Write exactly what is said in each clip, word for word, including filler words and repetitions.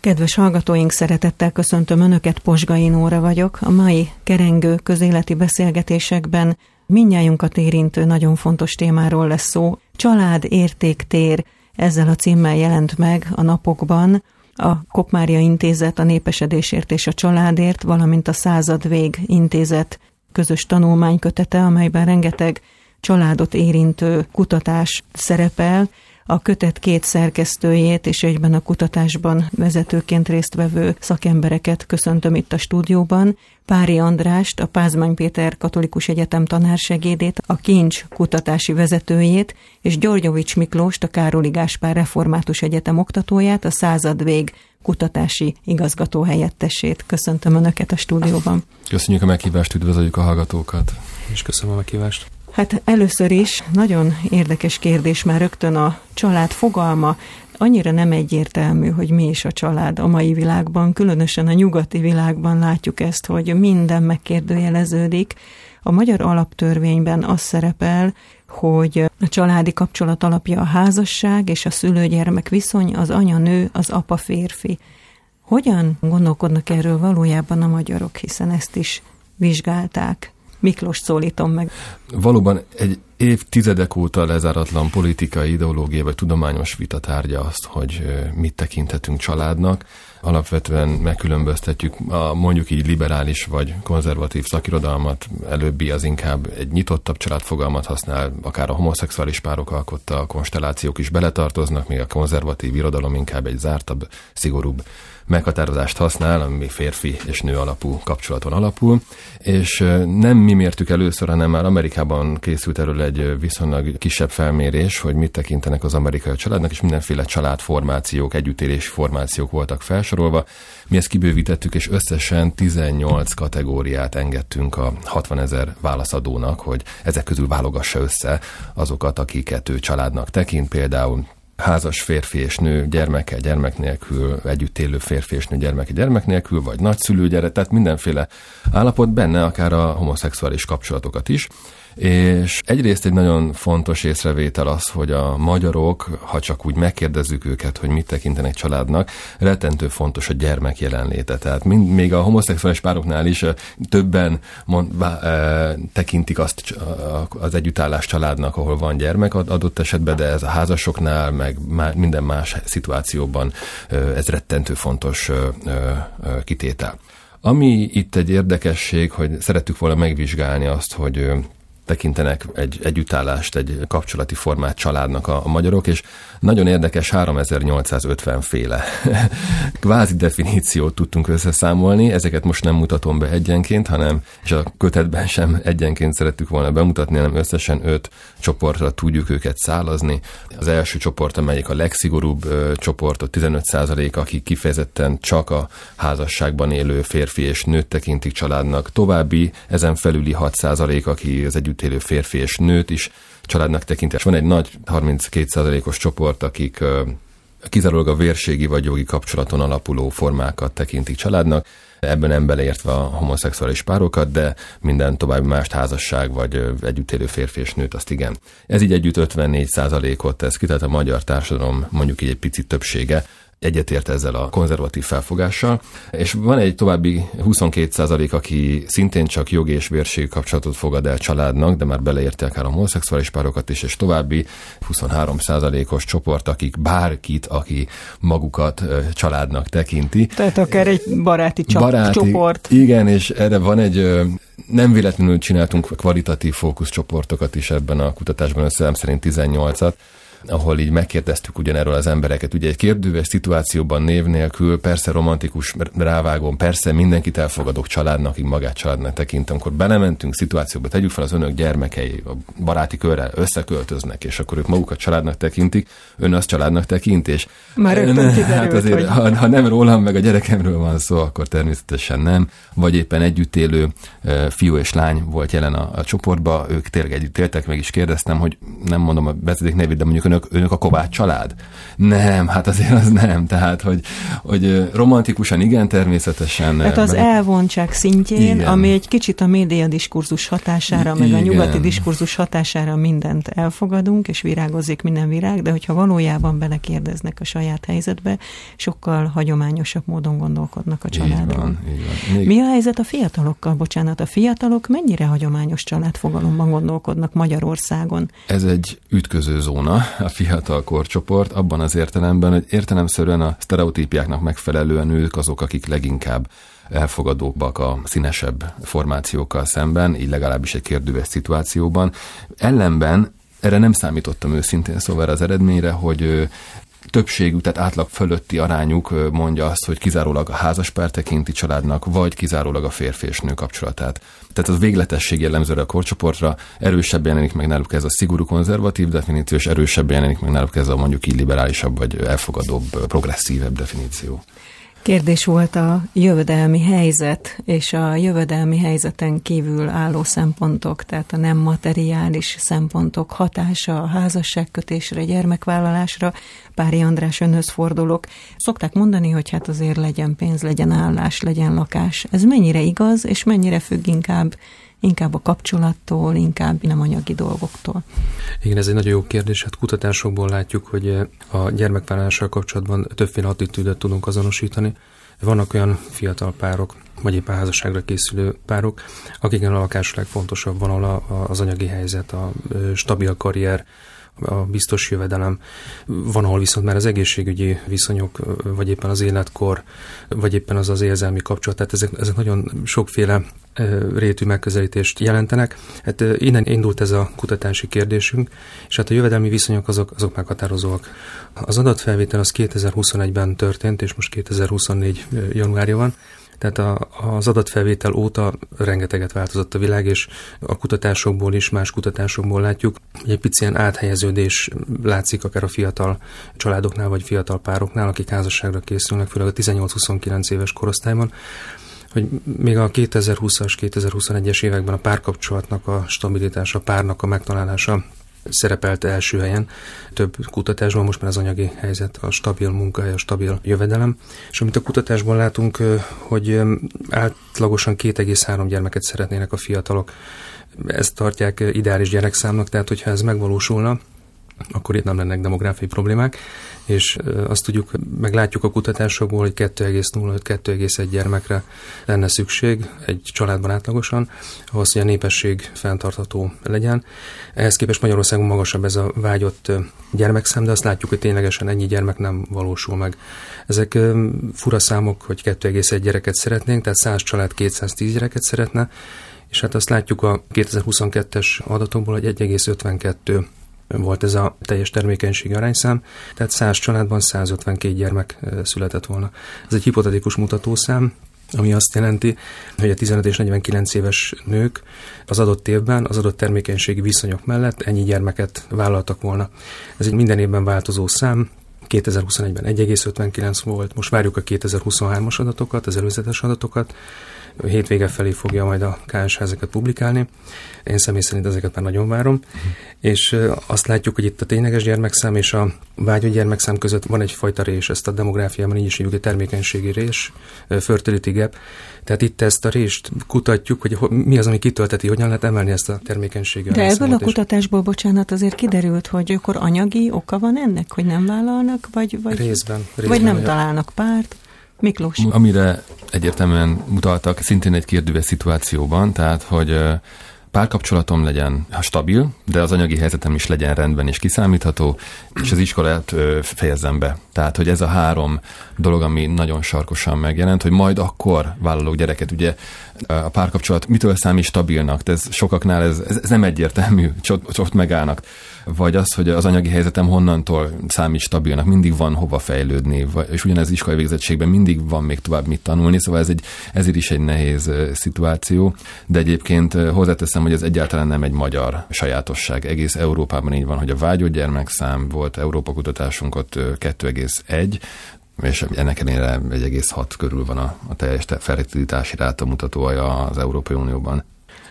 Kedves hallgatóink, szeretettel köszöntöm Önöket, Posgai Nóra vagyok. A mai kerengő közéleti beszélgetésekben mindnyájunkat érintő nagyon fontos témáról lesz szó. Család, értéktér, ezzel a címmel jelent meg a napokban a Koppmária Intézet a népesedésért és a családért, valamint a Századvég Intézet közös tanulmánykötete, amelyben rengeteg családot érintő kutatás szerepel. A kötet két szerkesztőjét és egyben a kutatásban vezetőként résztvevő szakembereket köszöntöm itt a stúdióban. Pári Andrást, a Pázmány Péter Katolikus Egyetem tanársegédét, a Kincs kutatási vezetőjét, és Györgyovics Miklóst, a Károli Gáspár Református Egyetem oktatóját, a Századvég kutatási igazgató helyettesét. Köszöntöm Önöket a stúdióban. Köszönjük a meghívást, üdvözöljük a hallgatókat. És köszönöm a meghívást. Hát először is nagyon érdekes kérdés már rögtön a család fogalma. Annyira nem egyértelmű, hogy mi is a család a mai világban, különösen a nyugati világban látjuk ezt, hogy minden megkérdőjeleződik. A magyar alaptörvényben az szerepel, hogy a családi kapcsolat alapja a házasság és a szülő-gyermek viszony, az anya-nő, az apa-férfi. Hogyan gondolkodnak erről valójában a magyarok, hiszen ezt is vizsgálták? Miklós, szólítom meg. Valóban egy évtizedek óta lezáratlan politikai, ideológiai vagy tudományos vita tárgya azt, hogy mit tekinthetünk családnak. Alapvetően megkülönböztetjük a mondjuk így liberális vagy konzervatív szakirodalmat, előbbi az inkább egy nyitottabb családfogalmat használ, akár a homoszexuális párok alkotta konstellációk is beletartoznak, míg a konzervatív irodalom inkább egy zártabb, szigorúbb meghatározást használ, ami férfi és nő alapú kapcsolaton alapul, és nem mi mértük először, hanem már Amerikában készült erről egy viszonylag kisebb felmérés, hogy mit tekintenek az amerikai családnak, és mindenféle családformációk, együttélési formációk voltak felsorolva. Mi ezt kibővítettük, és összesen tizennyolc kategóriát engedtünk a hatvanezer válaszadónak, hogy ezek közül válogassa össze azokat, akiket ő családnak tekint, például házas férfi és nő gyermekkel, gyermek nélkül, együtt élő férfi és nő gyermeke, gyermek nélkül, vagy nagyszülő gyerek, tehát mindenféle állapot, benne akár a homoszexuális kapcsolatokat is. És egyrészt egy nagyon fontos észrevétel az, hogy a magyarok, ha csak úgy megkérdezzük őket, hogy mit tekintenek családnak, rettentő fontos a gyermek jelenléte. Tehát mind, még a homoszexuális pároknál is többen mond, bá, e, tekintik azt az együttállás családnak, ahol van gyermek adott esetben, de ez a házasoknál, meg má, minden más szituációban ez rettentő fontos kitétel. Ami itt egy érdekesség, hogy szerettük volna megvizsgálni azt, hogy tekintenek egy együttállást, egy kapcsolati formát családnak a, a magyarok, és nagyon érdekes háromezer-nyolcszázötven féle kvázi definíciót tudtunk összeszámolni, ezeket most nem mutatom be egyenként, hanem, és a kötetben sem egyenként szerettük volna bemutatni, hanem összesen öt csoportra tudjuk őket szálazni. Az első csoport, amelyik a legszigorúbb ö, csoport, a tizenöt százalék, akik kifejezetten csak a házasságban élő férfi és nőt tekintik családnak, további ezen felüli hat százalék, aki az együtt élő férfi és nőt is családnak tekintés. Van egy nagy harminckét százalékos csoport, akik uh, kizárólag a vérségi vagy jogi kapcsolaton alapuló formákat tekintik családnak, ebben nem beleértve a homoszexuális párokat, de minden további mást, házasság vagy uh, együtt élő férfi és nőt, azt igen. Ez így együtt ötvennégy százalékot tesz ki, tehát a magyar társadalom mondjuk így egy picit többsége egyetért ezzel a konzervatív felfogással, és van egy további huszonkét százalék, aki szintén csak jogi és vérségi kapcsolatot fogad el családnak, de már beleérte akár a homoszexuális párokat is, és további huszonhárom százalékos csoport, akik bárkit, aki magukat családnak tekinti. Tehát akár egy baráti, csap, baráti csoport. Igen, és erre van egy, nem véletlenül csináltunk kvalitatív fókuszcsoportokat is ebben a kutatásban, össze szerint tizennyolcat, ahol így megkérdeztük ugyanerről az embereket. Ugye egy kérdőves szituációban név nélkül, persze romantikus rávágón, persze mindenkit elfogadok családnak, akik magát családnak tekintem, amikor belementünk szituációba, tegyük fel az önök gyermekei, a baráti körrel összeköltöznek, és akkor ők magukat családnak tekintik, ön azt családnak tekint, és már rögtön kiderült, hát azért, hogy... ha, ha nem rólam meg a gyerekemről van szó, akkor természetesen nem, vagy éppen együtt élő fiú és lány volt jelen a, a csoportba, ők tényleg együtt éltek, meg is kérdeztem, hogy nem mondom a vezeték nevét, de mondjuk önök, önök a Kovács család? Nem, hát azért az nem. Tehát, hogy, hogy romantikusan igen, természetesen. Tehát az meg... elvontság szintjén, igen. Ami egy kicsit a média diskurzus hatására, meg igen. a nyugati diskurzus hatására mindent elfogadunk, és virágozik minden virág, de hogyha valójában belekérdeznek a saját helyzetbe, sokkal hagyományosabb módon gondolkodnak a családról. Így van, így van. Még... Mi a helyzet a fiatalokkal? Bocsánat, a fiatalok mennyire hagyományos családfogalomban gondolkodnak Magyarországon? Ez egy ütköző zóna, a fiatal korcsoport, abban az értelemben, hogy értelemszerűen a sztereotípiáknak megfelelően ők azok, akik leginkább elfogadóbbak a színesebb formációkkal szemben, így legalábbis egy kérdőves szituációban. Ellenben erre nem számítottam őszintén, szóval az eredményre, hogy többségük, tehát átlag fölötti arányuk mondja azt, hogy kizárólag a házaspár tekinti családnak, vagy kizárólag a férfi és nő kapcsolatát. Tehát az végletesség jellemzőre a korcsoportra, erősebben jelenik meg náluk ez a szigorú konzervatív definíció, és erősebben jelenik meg náluk ez a mondjuk így liberálisabb, vagy elfogadóbb, progresszívebb definíció. Kérdés volt a jövedelmi helyzet, és a jövedelmi helyzeten kívül álló szempontok, tehát a nem materiális szempontok hatása a házasságkötésre, gyermekvállalásra. Pári András, önhöz fordulok. Szokták mondani, hogy hát azért legyen pénz, legyen állás, legyen lakás. Ez mennyire igaz, és mennyire függ inkább inkább a kapcsolattól, inkább nem anyagi dolgoktól? Igen, ez egy nagyon jó kérdés. Hát kutatásokból látjuk, hogy a gyermekvállalással kapcsolatban többféle attitűdöt tudunk azonosítani. Vannak olyan fiatal párok, vagy éppen házasságra készülő párok, akiknek a lakás a legfontosabb, van ahol az anyagi helyzet, a stabil karrier, a biztos jövedelem, van, ahol viszont már az egészségügyi viszonyok, vagy éppen az életkor, vagy éppen az az érzelmi kapcsolat, tehát ezek, ezek nagyon sokféle rétű megközelítést jelentenek. Hát innen indult ez a kutatási kérdésünk, és hát a jövedelmi viszonyok azok, azok meghatározóak. Az adatfelvétel az kétezer-huszonegyben történt, és most kétezer-huszonnégy januárja van, tehát a, az adatfelvétel óta rengeteget változott a világ, és a kutatásokból is, más kutatásokból látjuk, hogy egy pici ilyen áthelyeződés látszik akár a fiatal családoknál, vagy fiatal pároknál, akik házasságra készülnek, főleg a tizennyolc-huszonkilenc éves korosztályban, hogy még a kétezer-húszas, kétezer-huszonegyes években a párkapcsolatnak a stabilitása, a párnak a megtalálása szerepelt első helyen több kutatásban, most már az anyagi helyzet, a stabil munkahely, a stabil jövedelem. És amit a kutatásban látunk, hogy átlagosan két egész három gyermeket szeretnének a fiatalok. Ezt tartják ideális gyerekszámnak, tehát hogyha ez megvalósulna, akkor itt nem lennek demográfiai problémák, és azt tudjuk, meg látjuk a kutatásokból, hogy kettő egész nulla öt - kettő egész egy gyermekre lenne szükség egy családban átlagosan, ahhoz, hogy a népesség fenntartható legyen. Ehhez képest Magyarországon magasabb ez a vágyott gyermekszám, de azt látjuk, hogy ténylegesen ennyi gyermek nem valósul meg. Ezek fura számok, hogy kettő egész egy gyereket szeretnénk, tehát száz család kétszáztíz gyereket szeretne, és hát azt látjuk a kétezer-huszonkettes adatokból, hogy egy egész ötvenkettő volt ez a teljes termékenységi arányszám, tehát száz családban száz ötvenkét gyermek született volna. Ez egy hipotetikus mutatószám, ami azt jelenti, hogy a tizenöt és negyvenkilenc éves nők az adott évben, az adott termékenységi viszonyok mellett ennyi gyermeket vállaltak volna. Ez egy minden évben változó szám, kétezer-huszonegyben egy egész ötvenkilenc volt, most várjuk a kétezer-huszonhármas adatokat, az előzetes adatokat, hétvége felé fogja majd a ká es há ezeket publikálni. Én személy szerint ezeket már nagyon várom. Uh-huh. És azt látjuk, hogy itt a tényleges gyermekszám és a vágyott gyermekszám között van egyfajta rés, ezt a demográfiában így is hívjuk, egy termékenységi rés, fertility gap. Tehát itt ezt a rést kutatjuk, hogy mi az, ami kitölteti, hogyan lehet emelni ezt a termékenységi arányszámot. De ebből a kutatásból, bocsánat, azért kiderült, hogy akkor anyagi oka van ennek, hogy nem vállalnak, vagy, vagy, részben, részben vagy nem olyan. Találnak párt. Miklós. Amire egyértelműen mutaltak, szintén egy kérdőves szituációban, tehát, hogy párkapcsolatom legyen stabil, de az anyagi helyzetem is legyen rendben és kiszámítható, és az iskolát fejezzem be. Tehát, hogy ez a három dolog, ami nagyon sarkosan megjelent, hogy majd akkor vállalok gyereket. Ugye a párkapcsolat mitől számít stabilnak? De ez sokaknál ez, ez nem egyértelmű, ott, ott megállnak. Vagy az, hogy az anyagi helyzetem honnantól számít stabilnak, mindig van hova fejlődni, és ugyanez iskolai végzettségben mindig van még tovább mit tanulni, szóval ez egy, ezért is egy nehéz szituáció, de egyébként hozzáteszem, hogy ez egyáltalán nem egy magyar sajátosság. Egész Európában így van, hogy a vágyott gyermekszám volt, Európa kutatásunk ott kettő egész egy, és ennek ellenére egy egész hat körül van a, a teljes fertilitási ráta mutatója az Európai Unióban.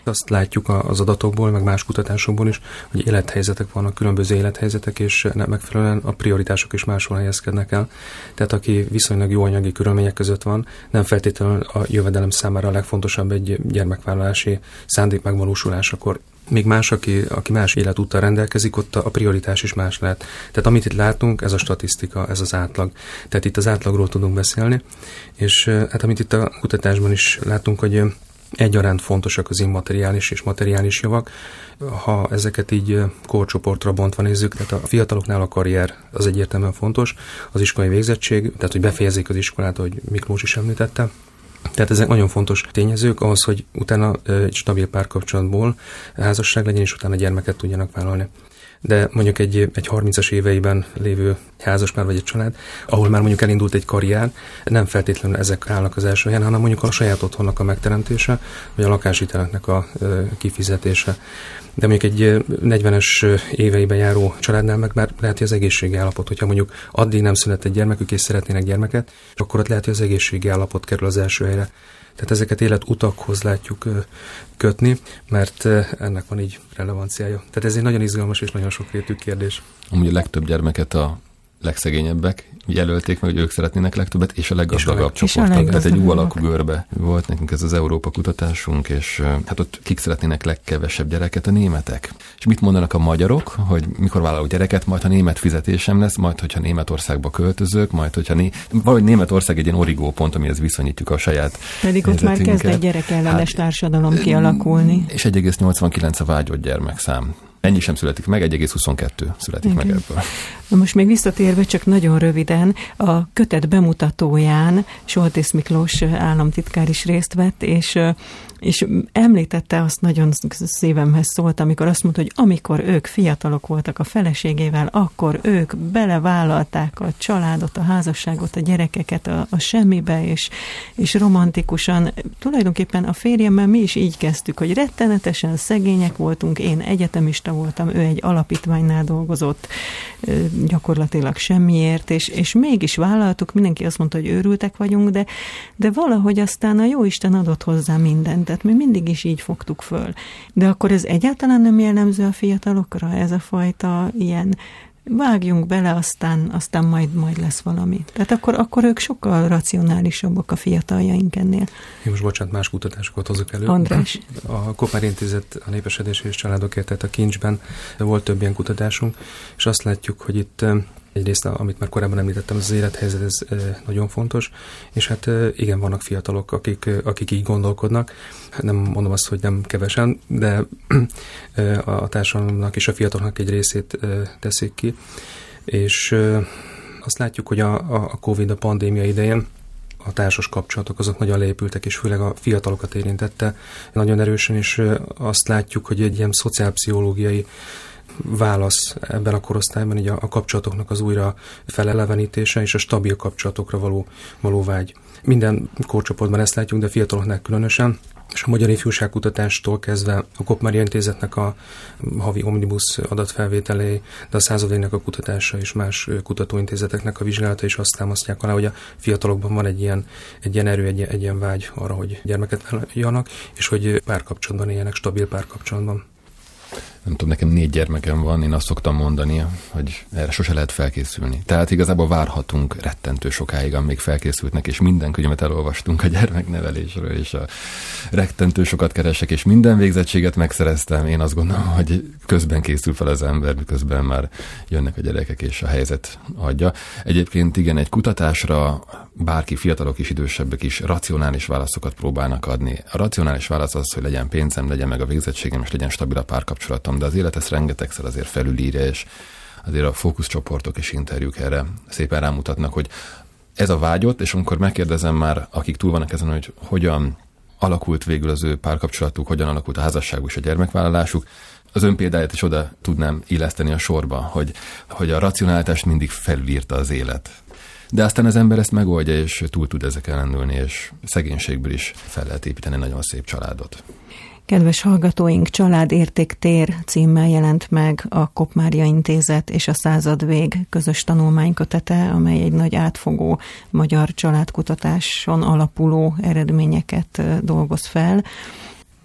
Azt látjuk az adatokból, meg más kutatásokból is, hogy élethelyzetek vannak, különböző élethelyzetek, és megfelelően a prioritások is máshol helyezkednek el. Tehát aki viszonylag jó anyagi körülmények között van, nem feltétlenül a jövedelem számára a legfontosabb egy gyermekvállalási szándék megvalósulásakor. Még más, aki, aki más életúttal rendelkezik, ott a prioritás is más lehet. Tehát amit itt látunk, ez a statisztika, ez az átlag. Tehát itt az átlagról tudunk beszélni, és hát amit itt a kutatásban is látunk, hogy egyaránt fontosak az immateriális és materiális javak. Ha ezeket így korcsoportra bontva nézzük, tehát a fiataloknál a karrier az egyértelműen fontos, az iskolai végzettség, tehát hogy befejezzék az iskolát, ahogy Miklós is említette. Tehát ezek nagyon fontos tényezők ahhoz, hogy utána egy stabil párkapcsolatból házasság legyen, és utána gyermeket tudjanak vállalni. De mondjuk egy, egy harmincas éveiben lévő házaspár vagy egy család, ahol már mondjuk elindult egy karrier, nem feltétlenül ezek állnak az első helyen, hanem mondjuk a saját otthonnak a megteremtése, vagy a lakáshiteleknek a kifizetése. De mondjuk egy negyvenes éveiben járó családnál meg már lehet, hogy az egészségi állapot, hogyha mondjuk addig nem született gyermekük, és szeretnének gyermeket, akkor ott lehet, hogy az egészségi állapot kerül az első helyre. Tehát ezeket életutakhoz látjuk kötni, mert ennek van így relevanciája. Tehát ez egy nagyon izgalmas és nagyon sokrétű kérdés. Amúgy a legtöbb gyermeket a legszegényebbek jelölték meg, hogy ők szeretnének legtöbbet, és a leggazdagabb csoportok. Tehát egy U-alakú görbe volt nekünk ez az Európa kutatásunk, és hát ott kik szeretnének legkevesebb gyereket? A németek. És mit mondanak a magyarok, hogy mikor vállalok gyereket, majd ha német fizetésem lesz, majd hogyha Németországba költözök, majd hogyha né... valahogy Németország egy ilyen origópont, amihez viszonyítjuk a saját pedig ott már kezd egy gyerekellenes hát, társadalom kialakulni. És egy egész nyolcvankilenc a vágyott gyermekszám. Ennyi sem születik meg, egy egész huszonkettő születik igen. meg ebből. Na most még visszatérve csak nagyon röviden, a kötet bemutatóján Soltész Miklós államtitkár is részt vett, és, és említette, azt nagyon szívemhez szólt, amikor azt mondta, hogy amikor ők fiatalok voltak a feleségével, akkor ők belevállalták a családot, a házasságot, a gyerekeket a, a semmibe, és, és romantikusan. Tulajdonképpen a férjemmel mi is így kezdtük, hogy rettenetesen szegények voltunk, én egyetemista voltam, ő egy alapítványnál dolgozott, gyakorlatilag semmiért, és, és mégis vállaltuk, mindenki azt mondta, hogy őrültek vagyunk, de, de valahogy aztán a Jóisten adott hozzá mindent, tehát mi mindig is így fogtuk föl. De akkor ez egyáltalán nem jellemző a fiatalokra, ez a fajta ilyen vágjunk bele, aztán, aztán majd, majd lesz valami. Tehát akkor, akkor ők sokkal racionálisabbak a fiataljaink ennél. Én most bocsánat, más kutatásokat hozok elő. András. A Kopmár Intézet a Népesedés és Családokért, tehát a kincsben volt több ilyen kutatásunk, és azt látjuk, hogy itt egyrészt, amit már korábban említettem, az élethelyzet, ez nagyon fontos, és hát igen, vannak fiatalok, akik, akik így gondolkodnak. Nem mondom azt, hogy nem kevesen, de a társadalomnak és a fiataloknak egy részét teszik ki. És azt látjuk, hogy a, a Covid, a pandémia idején a társas kapcsolatok azok nagyon leépültek, és főleg a fiatalokat érintette nagyon erősen, és azt látjuk, hogy egy ilyen szociálpszichológiai válasz ebben a korosztályban így a, a kapcsolatoknak az újra felelevenítése és a stabil kapcsolatokra való, való vágy. Minden korcsoportban ezt látjuk, de fiataloknál különösen, és a Magyar Ifjúságkutatástól kezdve a Kopmár Intézetnek a havi omnibus adatfelvételei, de a századének a kutatása és más kutatóintézeteknek a vizsgálata is azt támasztják alá, hogy a fiatalokban van egy ilyen, egy ilyen erő, egy, egy ilyen vágy arra, hogy gyermeket vállaljanak, és hogy párkapcsolatban éljenek, stabil párkapcsolatban. Nem tudom, nekem négy gyermekem van, én azt szoktam mondani, hogy erre sose lehet felkészülni. Tehát igazából várhatunk rettentő sokáig, amíg felkészültnek, és minden könyvet elolvastunk a gyermeknevelésről, és a rettentő sokat keresek, és minden végzettséget megszereztem. Én azt gondolom, hogy közben készül fel az ember, miközben már jönnek a gyerekek, és a helyzet adja. Egyébként igen, egy kutatásra bárki, fiatalok is, idősebbek is racionális válaszokat próbálnak adni. A racionális válasz az, hogy legyen pénzem, legyen meg a végzettségem, és legyen stabil a párkapcsolatom, de az élet ezt rengetegszer azért felülírja, és azért a fókuszcsoportok és interjúk erre szépen rámutatnak, hogy ez a vágyott, és amikor megkérdezem már, akik túl vannak ezen, hogy hogyan alakult végül az ő párkapcsolatuk, hogyan alakult a házasságuk és a gyermekvállalásuk, az ön példáját is oda tudnám illeszteni a sorba, hogy, hogy a racionalitást mindig felülírta az élet. De aztán az ember ezt megoldja, és túl tud ezeken lendülni, és szegénységből is fel lehet építeni nagyon szép családot. Kedves hallgatóink, Családértéktér címmel jelent meg a Kopmária Intézet és a Századvég közös tanulmánykötete, amely egy nagy átfogó magyar családkutatáson alapuló eredményeket dolgoz fel.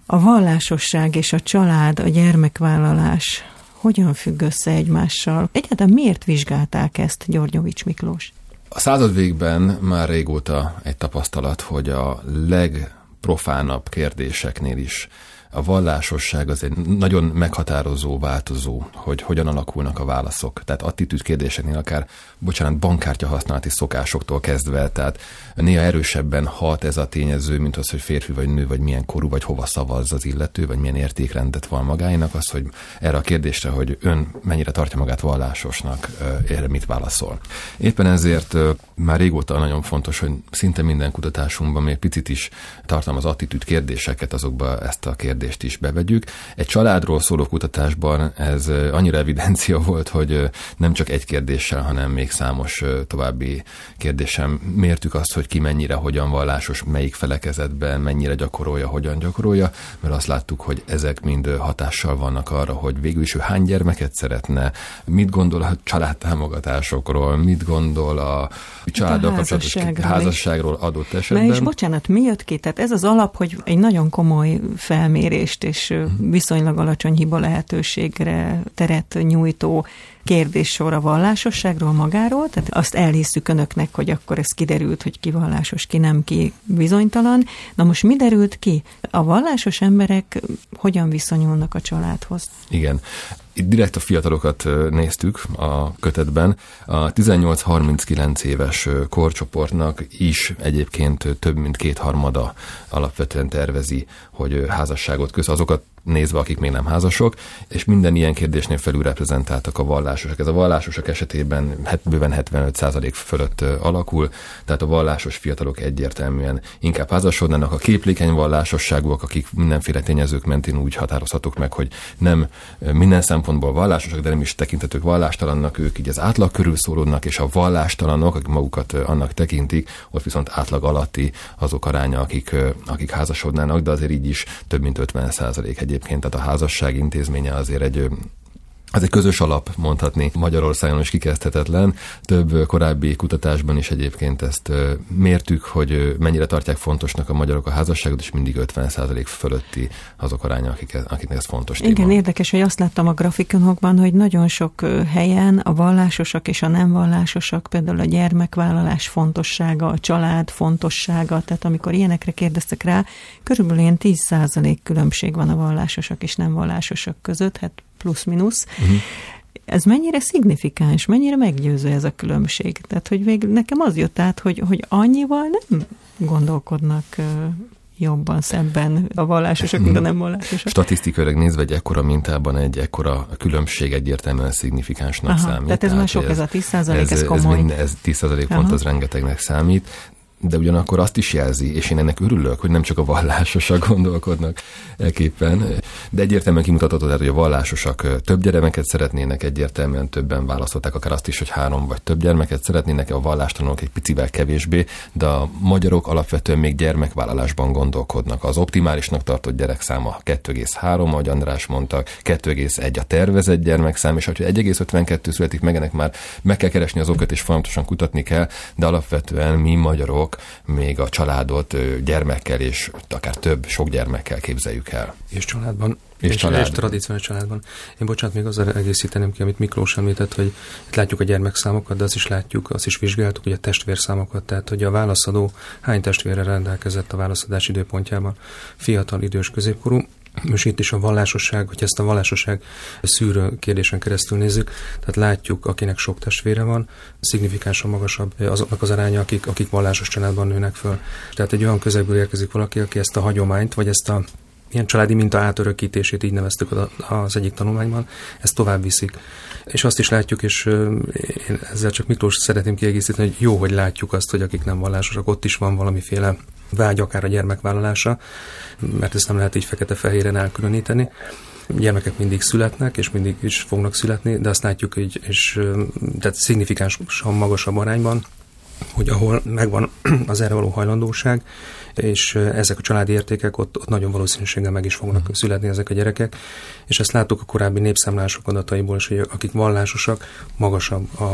A vallásosság és a család, a gyermekvállalás hogyan függ össze egymással? Egyáltalán miért vizsgálták ezt, Györgyovics Miklós? A század végben már régóta egy tapasztalat, hogy a legprofánabb kérdéseknél is a vallásosság az egy nagyon meghatározó, változó, hogy hogyan alakulnak a válaszok. Tehát attitűd kérdéseknél akár, bocsánat, bankkártya használati szokásoktól kezdve, tehát néha erősebben hat ez a tényező, mint az, hogy férfi vagy nő, vagy milyen korú, vagy hova szavaz az illető, vagy milyen értékrendet van magáinak, az, hogy erre a kérdésre, hogy ön mennyire tartja magát vallásosnak, erre mit válaszol. Éppen ezért már régóta nagyon fontos, hogy szinte minden kutatásunkban még picit is tartalmaz attitűd kérdéseket, azokba ezt a kérdést is bevegyük. Egy családról szóló kutatásban ez annyira evidencia volt, hogy nem csak egy kérdéssel, hanem még számos további kérdéssel mértük azt, hogy ki mennyire, hogyan vallásos, melyik felekezetben, mennyire gyakorolja, hogyan gyakorolja, mert azt láttuk, hogy ezek mind hatással vannak arra, hogy végül is ő hány gyermeket szeretne, mit gondol a családtámogatásokról, mit gondol a családdal kapcsolatos házasságról adott esetben. Na és bocsánat, mi jött ki? Tehát ez az alap, hogy egy nagyon komoly felmérést és viszonylag alacsony hiba lehetőségre teret nyújtó kérdéssor a vallásosságról magáról, tehát azt elhisszük önöknek, hogy akkor ez kiderült, hogy ki vallásos, ki nem, ki bizonytalan. Na most mi derült ki? A vallásos emberek hogyan viszonyulnak a családhoz? Igen. Itt direkt a fiatalokat néztük a kötetben. A tizennyolc-harminckilenc éves korcsoportnak is egyébként több mint kétharmada alapvetően tervezi, hogy házasságot köz, azokat nézve, akik még nem házasok, és minden ilyen kérdésnél felülreprezentáltak a vallásosok. Ez a vallásosok esetében het, bőven hetvenöt százalék fölött alakul, tehát a vallásos fiatalok egyértelműen inkább házasodnának. A képlékeny vallásosságúak, akik mindenféle tényezők mentén úgy határozhatók meg, hogy nem minden szempontból vallásosak, de nem is tekintetők vallástalannak, ők így az átlag körül szólódnak, és a vallástalanok, akik magukat annak tekintik, ott viszont átlag alatti azok aránya, akik, akik házasodnának, de azért így is több mint ötven százalék egyébként, tehát a házasság intézménye azért egy az egy közös alap, mondhatni, Magyarországon is kikezdhetetlen. Több korábbi kutatásban is egyébként ezt mértük, hogy mennyire tartják fontosnak a magyarok a házasságot, és mindig ötven százalék fölötti azok aránya, akik, akiknek ez fontos téma. Igen, érdekes, hogy azt láttam a grafikonokban, hogy nagyon sok helyen a vallásosak és a nem vallásosak, például a gyermekvállalás fontossága, a család fontossága, tehát amikor ilyenekre kérdeztek rá, körülbelül ilyen tíz százalék különbség van a vallásosak és nem vallásosak között, hát plusz-minusz. Uh-huh. Ez mennyire szignifikáns, mennyire meggyőző ez a különbség? Tehát, hogy végül nekem az jött át, hogy, hogy annyival nem gondolkodnak uh, jobban, szebben a vallásosok, mint a nem vallásosok. Statisztikailag nézve egy ekkora mintában egy ekkora különbség egyértelműen szignifikánsnak Aha, számít. Tehát ez már sok, ez, ez a tíz százalék, ez, ez komoly. Ez, minden, ez tíz százalék pont az rengetegnek számít. De ugyanakkor azt is jelzi, és én ennek örülök, hogy nem csak a vallásosak gondolkodnak elképpen, de egyértelműen kimutatott, hogy a vallásosak több gyermeket szeretnének, egyértelműen többen választották, akár azt is, hogy három vagy több gyermeket szeretnének, a vallástalanok egy picivel kevésbé, de a magyarok alapvetően még gyermekvállalásban gondolkodnak. Az optimálisnak tartott gyerekszáma kettő egész három, ahogy András mondta, kettő egész egy a tervezett gyermekszám, és hogyha egy egész ötvenkettő születik meg, ennek már meg kell keresni az okat, és folyamatosan kutatni kell, de alapvetően mi magyarok még a családot gyermekkel és akár több, sok gyermekkel képzeljük el. És családban. És, és, család. és tradíciós családban. Én bocsánat, még azzal egészíteném ki, amit Miklós említett, hogy itt látjuk a gyermekszámokat, de azt is látjuk, azt is vizsgáltuk, hogy a testvérszámokat, tehát hogy a válaszadó hány testvérre rendelkezett a válaszadás időpontjában, fiatal, idős, középkorú. Most itt is a vallásosság, hogy ezt a vallásosság szűrő kérdésen keresztül nézzük, tehát látjuk, akinek sok testvére van, szignifikánsan magasabb azoknak az aránya, akik, akik vallásos családban nőnek föl. Tehát egy olyan közegből érkezik valaki, aki ezt a hagyományt, vagy ezt a ilyen családi minta átörökítését, így neveztük az egyik tanulmányban, ezt tovább viszik. És azt is látjuk, és én ezzel csak Miklós szeretném kiegészíteni, hogy jó, hogy látjuk azt, hogy akik nem vallásosak, ott is van valamiféle vágy akár a gyermekvállalása, mert ezt nem lehet így fekete-fehéren elkülöníteni. Gyermekek mindig születnek, és mindig is fognak születni, de azt látjuk, hogy és, tehát szignifikánsan magasabb arányban, hogy ahol megvan az erre való hajlandóság, és ezek a családi értékek, ott, ott nagyon valószínűséggel meg is fognak mm. születni ezek a gyerekek, és ezt láttuk a korábbi népszámlálások adataiból is, hogy akik vallásosak, magasabb a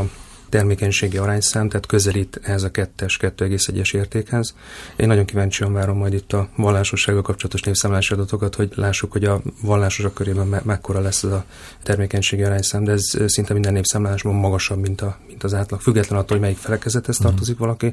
termékenységi arányszám, tehát közelít ehhez a kettes, kettő egész egyes értékhez. Én nagyon kíváncsian várom majd itt a vallásossággal kapcsolatos népszámlálási adatokat, hogy lássuk, hogy a vallásosok körében me- mekkora lesz ez a termékenységi arányszám, de ez szinte minden népszámlálásban magasabb, mint, a, mint az átlag. Független attól, hogy melyik felekezethez tartozik mm. valaki.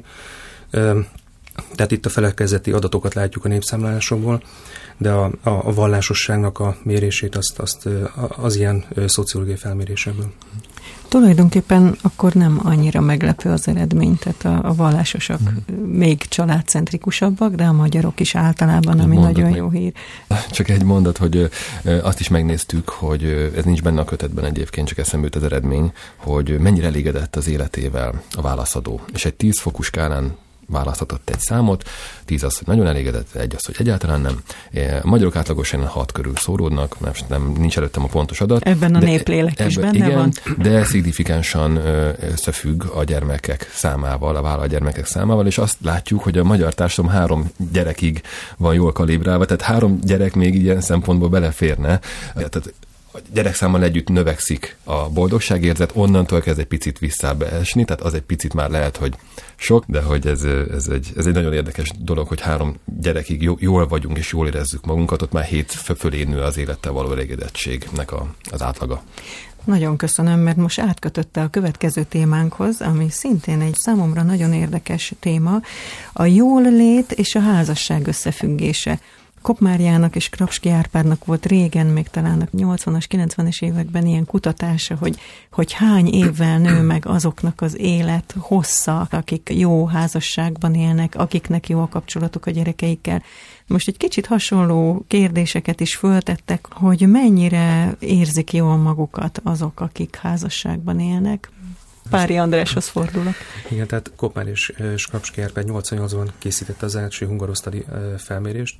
Tehát itt a felekezeti adatokat látjuk a népszámlálásokból, de a, a, a vallásosságnak a mérését azt, azt az ilyen szociológiai felmérésekből. Tulajdonképpen akkor nem annyira meglepő az eredmény, tehát a, a vallásosak hmm. még családcentrikusabbak, de a magyarok is általában, ami mondat nagyon meg. Jó hír. Csak egy mondat, hogy azt is megnéztük, hogy ez nincs benne a kötetben egyébként, csak eszembe jut az eredmény, hogy mennyire elégedett az életével a válaszadó. És egy tíz fokú skálán választhatott egy számot, tíz az, hogy nagyon elégedett, egy az, hogy egyáltalán nem. A magyarok átlagosan hat körül szóródnak, mert nem, nincs előttem a pontos adat. Ebben a néplélek is benne igen, van. De szignifikánsan összefügg a gyermekek számával, a vállalt gyermekek számával, és azt látjuk, hogy a magyar társadalom három gyerekig van jól kalibrálva, tehát három gyerek még ilyen szempontból beleférne. Tehát a gyerekszámmal együtt növekszik a boldogságérzet, onnantól kezd egy picit visszába esni, tehát az egy picit már lehet, hogy sok, de hogy ez, ez, egy, ez egy nagyon érdekes dolog, hogy három gyerekig jól vagyunk és jól érezzük magunkat, ott már hét fölé nő az élettel való elégedettségnek a, az átlaga. Nagyon köszönöm, mert most átkötötte a következő témánkhoz, ami szintén egy számomra nagyon érdekes téma, a jólét és a házasság összefüggése. Koppmáriának és Krapski Árpádnak volt régen, még talán a nyolcvanas, kilencvenes években ilyen kutatása, hogy, hogy hány évvel nő meg azoknak az élet hossza, akik jó házasságban élnek, akiknek jó a kapcsolatuk a gyerekeikkel. Most egy kicsit hasonló kérdéseket is föltettek, hogy mennyire érzik jól magukat azok, akik házasságban élnek. Pári Andráshoz fordulok. Igen, tehát Koppmári és Krapski Árpád nyolcvannyolcban készítette az első hungarosztali felmérést.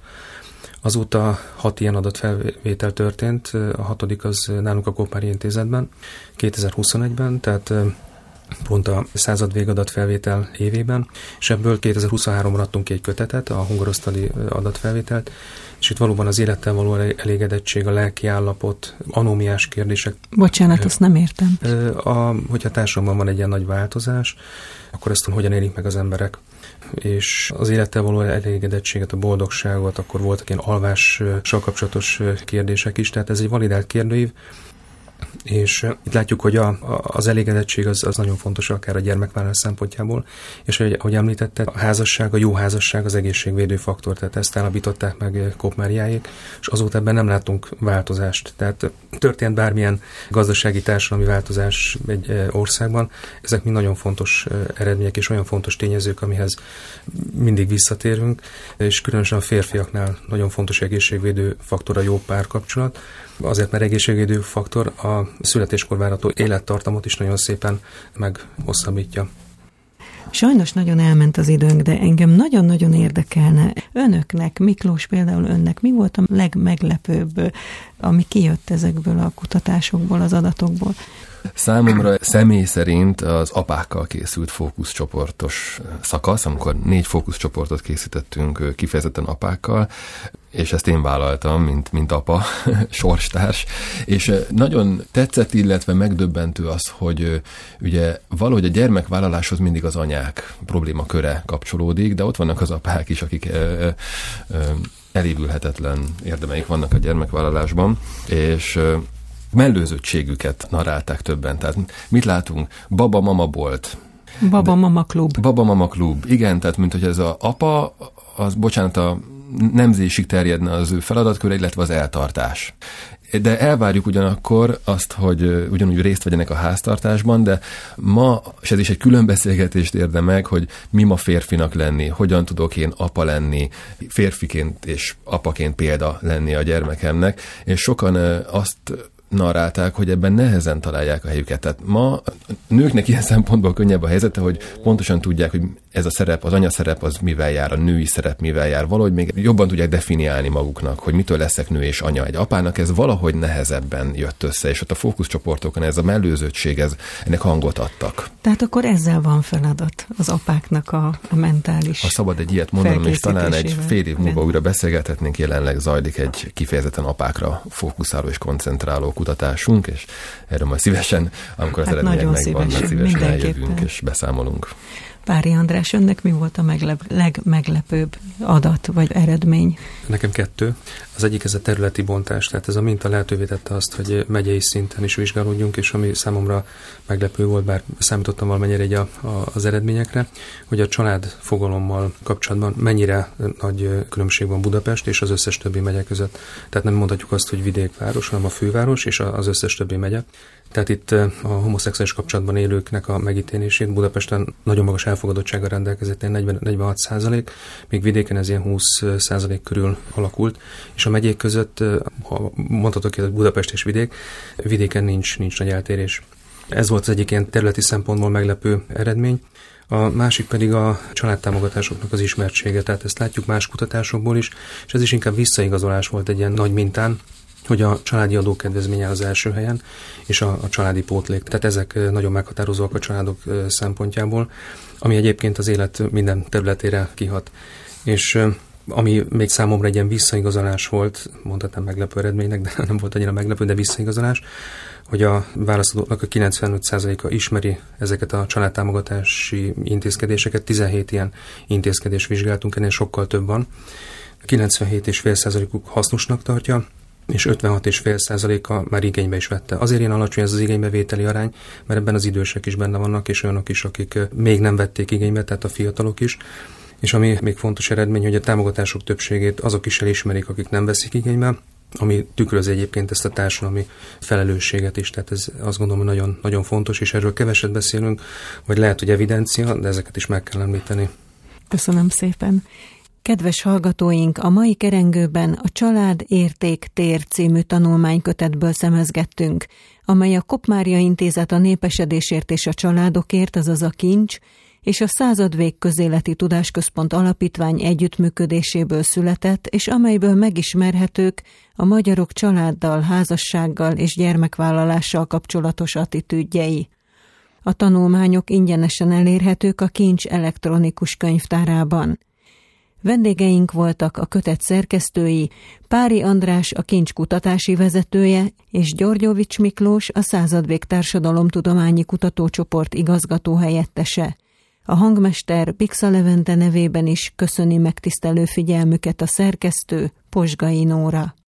Azóta hat ilyen adatfelvétel történt, a hatodik az nálunk a Koppmári Intézetben, kétezer-huszonegyben, tehát pont a század végadatfelvétel évében, és ebből kétezer-huszonháromban adtunk ki egy kötetet, a hungarosztali adatfelvételt, és itt valóban az élettel való elégedettség, a lelki állapot, anómiás kérdések. Bocsánat, azt nem értem. A, hogyha társadalomban van egy ilyen nagy változás, akkor ezt hogyan élik meg az emberek. És az élettel való elégedettséget, a boldogságot, akkor voltak ilyen alvással kapcsolatos kérdések is, tehát ez egy validált kérdőív, és itt látjuk, hogy a, a, az elégedettség az, az nagyon fontos akár a gyermekvállalás szempontjából, és hogy, ahogy említette, a házasság, a jó házasság az egészségvédő faktor, tehát ezt állapították meg Koppmáriáék, és azóta ebben nem látunk változást. Tehát történt bármilyen gazdasági, társadalmi változás egy országban, ezek mind nagyon fontos eredmények, és olyan fontos tényezők, amihez mindig visszatérünk, és különösen a férfiaknál nagyon fontos egészségvédő faktor a jó párkapcsolat, azért, mert egészségvédő faktor a születéskor várható élettartamot is nagyon szépen meghosszabbítja. Sajnos nagyon elment az időnk, de engem nagyon-nagyon érdekelne önöknek, Miklós például önnek, mi volt a legmeglepőbb, ami kijött ezekből a kutatásokból, az adatokból? Számomra személy szerint az apákkal készült fókuszcsoportos szakasz, amikor négy fókuszcsoportot készítettünk kifejezetten apákkal, és ezt én vállaltam, mint, mint apa, sorstárs, és nagyon tetszett, illetve megdöbbentő az, hogy ugye valahogy a gyermekvállaláshoz mindig az anyák problémaköre kapcsolódik, de ott vannak az apák is, akik ö, ö, elévülhetetlen érdemeik vannak a gyermekvállalásban, és ö, mellőzöttségüket narrálták többen. Tehát mit látunk? Baba-mama bolt. Baba-mama klub. Baba-mama klub. Igen, tehát mint hogy ez az apa, az, bocsánat, a nemzésig terjedne az ő feladatköre, illetve az eltartás. De elvárjuk ugyanakkor azt, hogy ugyanúgy részt vegyenek a háztartásban, de ma, és ez is egy külön beszélgetést érde meg, hogy mi ma férfinak lenni, hogyan tudok én apa lenni, férfiként és apaként példa lenni a gyermekemnek, és sokan azt narrálták, hogy ebben nehezen találják a helyüket. Tehát ma a nőknek ilyen szempontból könnyebb a helyzete, hogy pontosan tudják, hogy ez a szerep, az anyaszerep az mivel jár, a női szerep mivel jár. Valahogy még jobban tudják definiálni maguknak, hogy mitől leszek nő és anya. Egy apának ez valahogy nehezebben jött össze, és ott a fókuszcsoportokon ez a mellőzöttség, ez, ennek hangot adtak. Tehát akkor ezzel van feladat az apáknak a, a mentális Ha szabad egy ilyet mondanom, és talán egy fél év múlva újra beszélgethetnénk, jelenleg zajlik egy kifejezetten apákra fókuszáló és koncentráló kutatás kutatásunk, és erről majd szívesen, amikor az hát eredmények megvannak, szívesen, szívesen eljövünk és beszámolunk. Pári András, önnek mi volt a meglep- legmeglepőbb adat vagy eredmény? Nekem kettő. Az egyik ez a területi bontás, tehát ez a minta lehetővé tette azt, hogy megyei szinten is vizsgálódjunk, és ami számomra meglepő volt, bár számítottam valamennyire egy a, a, az eredményekre, hogy a család fogalommal kapcsolatban mennyire nagy különbség van Budapest és az összes többi megye között. Tehát nem mondhatjuk azt, hogy vidékváros, hanem a főváros és az összes többi megye. Tehát itt a homoszexuális kapcsolatban élőknek a megítélését Budapesten nagyon magas elfogadottsággal rendelkezett, ilyen negyven, negyvenhat százalék, még vidéken ez ilyen húsz százalék körül alakult, és a megyék között, ha mondhatok, hogy Budapest és vidék, vidéken nincs, nincs nagy eltérés. Ez volt az egyik ilyen területi szempontból meglepő eredmény. A másik pedig a családtámogatásoknak az ismertsége, tehát ezt látjuk más kutatásokból is, és ez is inkább visszaigazolás volt egy ilyen nagy mintán, hogy a családi adókedvezmény áll az első helyen, és a, a családi pótlék. Tehát ezek nagyon meghatározóak a családok szempontjából, ami egyébként az élet minden területére kihat. És ami még számomra egy ilyen visszaigazolás volt, mondhatnám meglepő eredménynek, de nem volt annyira meglepő, de visszaigazolás, hogy a válaszadóknak a kilencvenöt százaléka ismeri ezeket a családtámogatási intézkedéseket, tizenhét ilyen intézkedést vizsgáltunk, ennél sokkal több van. kilencvenhét egész öt százalékuk hasznosnak tartja, és ötvenhat egész öt százaléka már igénybe is vette. Azért ilyen alacsony ez az igénybevételi arány, mert ebben az idősek is benne vannak, és olyanok is, akik még nem vették igénybe, tehát a fiatalok is. És ami még fontos eredmény, hogy a támogatások többségét azok is elismerik, akik nem veszik igénybe, ami tükrözi egyébként ezt a társadalmi felelősséget is. Tehát ez azt gondolom, hogy nagyon, nagyon fontos, és erről keveset beszélünk, vagy lehet, hogy evidencia, de ezeket is meg kell említeni. Köszönöm szépen. Kedves hallgatóink, a mai kerengőben a Család, Érték, Tér című tanulmánykötetből szemezgettünk, amely a Kopp-Mária Intézet a népesedésért és a családokért, azaz a Kincs, és a Századvég Közéleti Tudásközpont Alapítvány együttműködéséből született, és amelyből megismerhetők a magyarok családdal, házassággal és gyermekvállalással kapcsolatos attitűdjei. A tanulmányok ingyenesen elérhetők a Kincs elektronikus könyvtárában. Vendégeink voltak a kötet szerkesztői, Pári András, a Kincs kutatási vezetője, és Györgyovics Miklós, a Századvég Társadalomtudományi Kutatócsoport igazgató helyettese. A hangmester Bixa Levente nevében is köszöni megtisztelő figyelmüket a szerkesztő, Posgai Nóra.